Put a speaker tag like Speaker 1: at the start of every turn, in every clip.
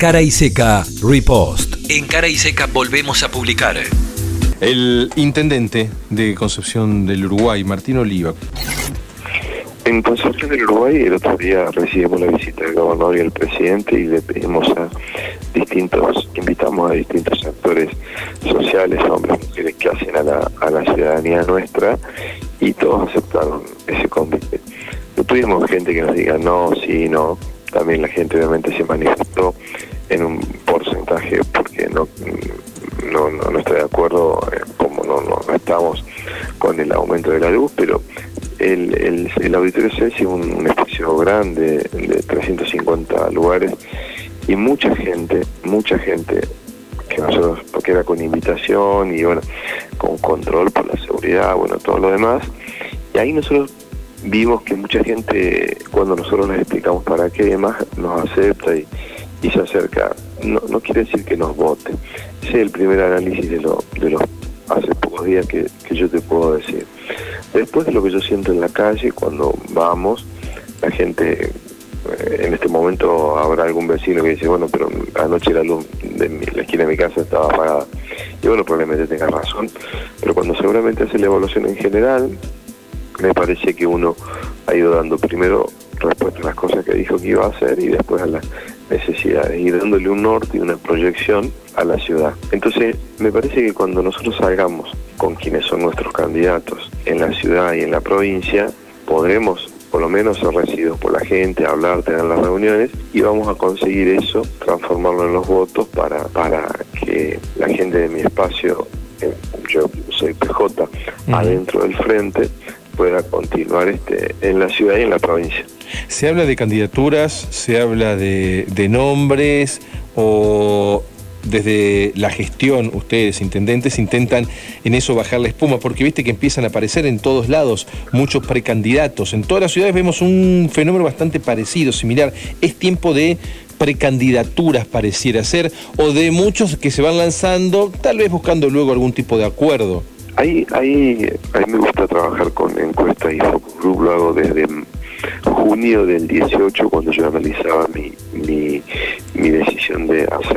Speaker 1: Cara y Seca Repost. En Cara y Seca volvemos a publicar.
Speaker 2: El intendente de Concepción del Uruguay, Martín Oliva.
Speaker 3: En Concepción del Uruguay, el otro día recibimos la visita del gobernador y el presidente y le pedimos invitamos a distintos actores sociales, hombres y mujeres que hacen a la ciudadanía nuestra, y todos aceptaron ese convite. No tuvimos gente que nos diga no, sí, no. También la gente obviamente se manifestó en un porcentaje porque no está de acuerdo, como no estamos con el aumento de la luz, pero el Auditorio Celsi es un espacio grande de 350 lugares y mucha gente que nosotros, porque era con invitación y bueno, con control por la seguridad, bueno, todo lo demás, y ahí nosotros vimos que mucha gente, cuando nosotros les explicamos para qué y demás, nos acepta y se acerca. No quiere decir que nos vote. Ese es el primer análisis de los hace pocos días que yo te puedo decir. Después de lo que yo siento en la calle, cuando vamos, la gente, en este momento habrá algún vecino que dice, bueno, pero anoche la luz de la esquina de mi casa estaba apagada. Y bueno, probablemente tenga razón, pero cuando seguramente hace la evaluación en general, me parece que uno ha ido dando primero respuesta a las cosas que dijo que iba a hacer y después a las necesidades, y dándole un norte y una proyección a la ciudad. Entonces, me parece que cuando nosotros salgamos con quienes son nuestros candidatos en la ciudad y en la provincia, podremos por lo menos ser recibidos por la gente, hablar, tener las reuniones, y vamos a conseguir eso, transformarlo en los votos para que la gente de mi espacio, yo soy PJ, adentro del frente, pueda continuar en la ciudad y en la provincia.
Speaker 2: ¿Se habla de candidaturas, se habla de nombres, o desde la gestión ustedes, intendentes, intentan en eso bajar la espuma? Porque viste que empiezan a aparecer en todos lados muchos precandidatos. En todas las ciudades vemos un fenómeno bastante parecido, similar. Es tiempo de precandidaturas, pareciera ser, o de muchos que se van lanzando, tal vez buscando luego algún tipo de acuerdo.
Speaker 3: A mí me gusta trabajar con encuestas y focus group. Lo hago desde junio del 18, cuando yo analizaba mi decisión de hacer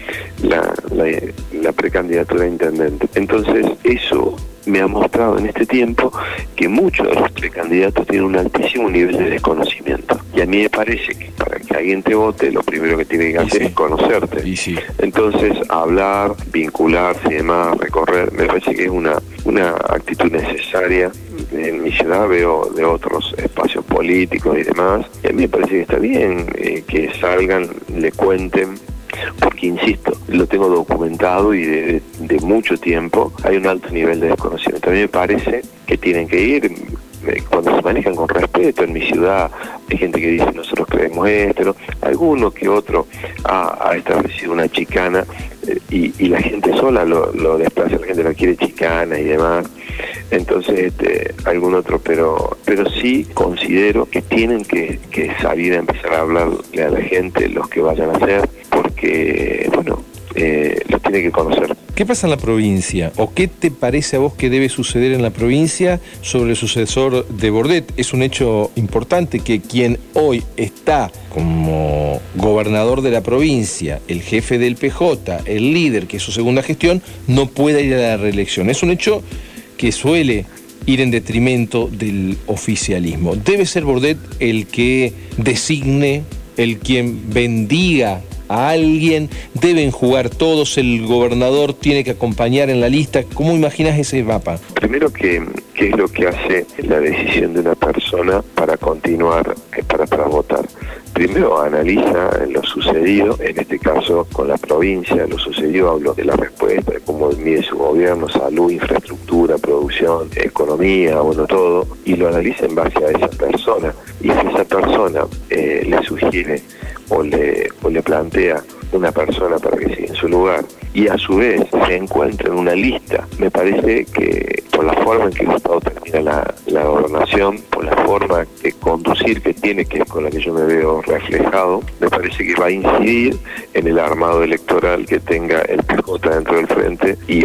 Speaker 3: la precandidatura a intendente. Entonces, eso me ha mostrado en este tiempo que muchos de los precandidatos tienen un altísimo nivel de desconocimiento. Y a mí me parece que para que alguien te vote, lo primero que tiene que hacer es conocerte. Entonces, hablar, vincularse y demás, recorrer, me parece que es una actitud necesaria. En mi ciudad veo de otros espacios políticos y demás, y a mí me parece que está bien que salgan, le cuenten, porque insisto, lo tengo documentado y de mucho tiempo hay un alto nivel de desconocimiento. A mí me parece que tienen que ir, cuando se manejan con respeto. En mi ciudad hay gente que dice nosotros creemos esto, ¿no? Alguno que otro ha establecido una chicana y la gente sola lo desplaza, la gente lo quiere chicana y demás. Entonces algún otro, pero sí considero que tienen que salir a empezar a hablarle a la gente, los que vayan a hacer, porque bueno, los tiene que conocer.
Speaker 2: ¿Qué pasa en la provincia? ¿O qué te parece a vos que debe suceder en la provincia sobre el sucesor de Bordet? Es un hecho importante que quien hoy está como gobernador de la provincia, el jefe del PJ, el líder, que es su segunda gestión, no pueda ir a la reelección. Es un hecho que suele ir en detrimento del oficialismo. ¿Debe ser Bordet el que designe, el quien bendiga a alguien? ¿Deben jugar todos? ¿El gobernador tiene que acompañar en la lista? ¿Cómo imaginas ese mapa?
Speaker 3: Primero, ¿qué es lo que hace la decisión de una persona para continuar, para votar? Primero analiza lo sucedido, en este caso con la provincia, lo sucedido, hablo de la respuesta, de cómo mide su gobierno, salud, infraestructura, producción, economía, bueno, todo, y lo analiza en base a esa persona. Y si esa persona le sugiere o le plantea una persona para que siga en su lugar, y a su vez se encuentra en una lista, me parece que por la forma en que el Estado termina la gobernación, por la forma de conducir que tiene, que es con la que yo me veo reflejado, me parece que va a incidir en el armado electoral que tenga el PJ dentro del frente, y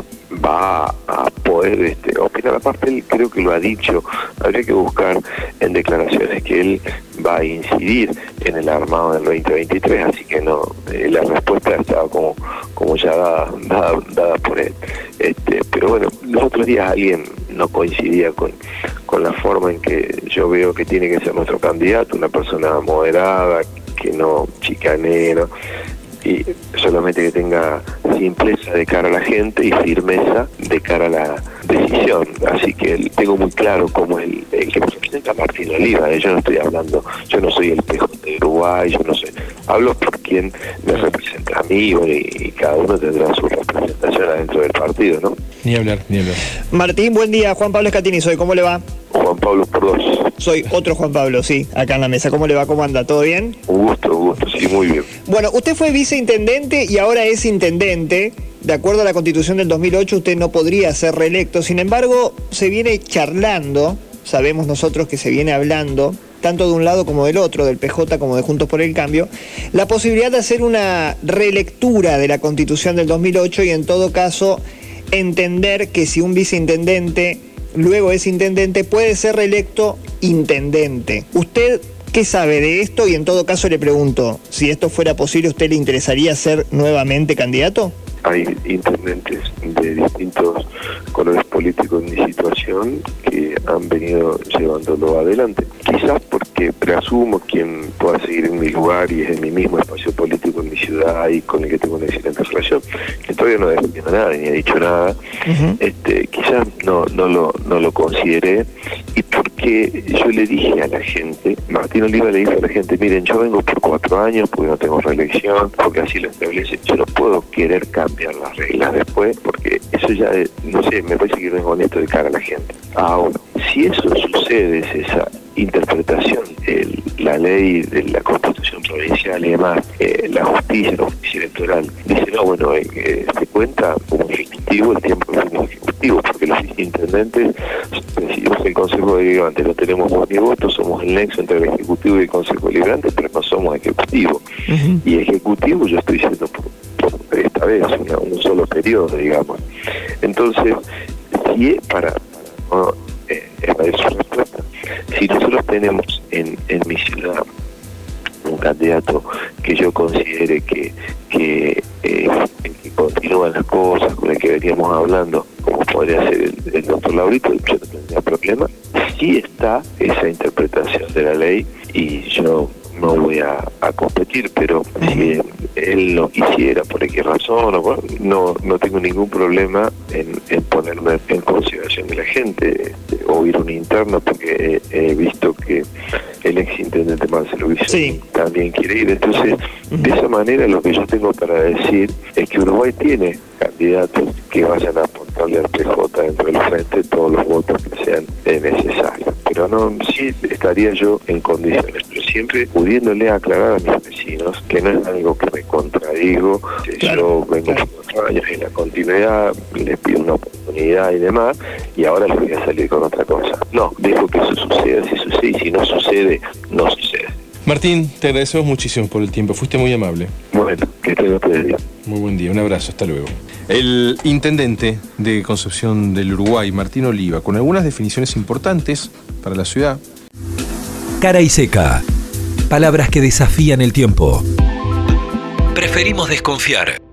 Speaker 3: va a poder opinar. Aparte, él creo que lo ha dicho, habría que buscar en declaraciones que él va a incidir en el armado del 2023, así que no, la respuesta estaba como ya dada por él. Pero bueno, los otros días alguien no coincidía con la forma en que yo veo que tiene que ser nuestro candidato, una persona moderada, que no chicanee, ¿no? Y solamente que tenga simpleza de cara a la gente y firmeza de cara a la decisión. Así que tengo muy claro cómo es el que representa Martín Oliva. Yo no estoy hablando, yo no soy el PJ de Uruguay, yo no sé, hablo por quien me representa a mí, y cada uno tendrá su representación adentro del partido, ¿no?
Speaker 2: Ni hablar.
Speaker 4: Martín, buen día. Juan Pablo Escatini soy, ¿cómo le va?
Speaker 3: Juan Pablo por dos.
Speaker 4: Soy otro Juan Pablo, sí, acá en la mesa. ¿Cómo le va? ¿Cómo anda? ¿Todo bien?
Speaker 3: Un gusto, sí, muy bien.
Speaker 4: Bueno, usted fue viceintendente y ahora es intendente. De acuerdo a la Constitución del 2008, usted no podría ser reelecto. Sin embargo, se viene charlando, sabemos nosotros que se viene hablando, tanto de un lado como del otro, del PJ como de Juntos por el Cambio, la posibilidad de hacer una relectura de la Constitución del 2008 y en todo caso entender que si un viceintendente luego es intendente, puede ser reelecto intendente. ¿Usted qué sabe de esto? Y en todo caso le pregunto, si esto fuera posible, ¿usted le interesaría ser nuevamente candidato?
Speaker 3: Hay intendentes de distintos colores políticos en mi situación que han venido llevándolo adelante. Quizás porque preasumo quien pueda seguir en mi lugar y es en mi mismo espacio político en mi ciudad y con el que tengo una excelente relación, que todavía no he defendido nada ni he dicho nada. Quizás no lo consideré, y porque yo le dije a la gente, Martín Oliva le dijo a la gente, miren, yo vengo por 4 años porque no tengo reelección, porque así lo establece, yo no puedo querer cambiar las reglas después, porque eso ya, no sé, me parece que no es honesto de cara a la gente. Ahora, si eso sucede, es esa interpretación, la ley de la Constitución provincial y demás, la justicia electoral, dice, no, bueno, se cuenta como ejecutivo el tiempo que fuimos ejecutivo, porque los intendentes presidimos el Consejo Deliberante, no tenemos voz ni voto, somos el nexo entre el Ejecutivo y el Consejo Deliberante, pero no somos ejecutivo. Y ejecutivo yo estoy siendo por esta vez un solo periodo, digamos. Entonces, si es para su respuesta, si nosotros tenemos en mi ciudad un candidato que yo considere que continúan las cosas, con el que veníamos hablando, como podría ser el doctor Laurito, yo no tendría problema. Sí está esa interpretación de la ley y yo no voy a competir, pero si él lo quisiera, por qué razón, no tengo ningún problema en ponerme en consideración de la gente, o ir a un interno, porque he visto que el ex intendente Marcelo Vicente también quiere ir. Entonces, de esa manera lo que yo tengo para decir es que Uruguay tiene candidatos que vayan a aportarle al PJ dentro del frente todos los votos que sean necesarios. Pero no, sí estaría yo en condiciones, pero siempre pudiéndole aclarar a mis vecinos que no es algo que me contradigo. Yo vengo por 4 años en la continuidad, les pido una oportunidad y demás, y ahora les voy a salir con otra cosa. No, dejo que eso suceda, si sucede, y si no sucede, no sucede.
Speaker 2: Martín, te agradecemos muchísimo por el tiempo, fuiste muy amable.
Speaker 3: Bueno, que tengas buen día.
Speaker 2: Muy buen día, un abrazo, hasta luego. El intendente de Concepción del Uruguay, Martín Oliva, con algunas definiciones importantes para la ciudad.
Speaker 1: Cara y seca. Palabras que desafían el tiempo. Preferimos desconfiar.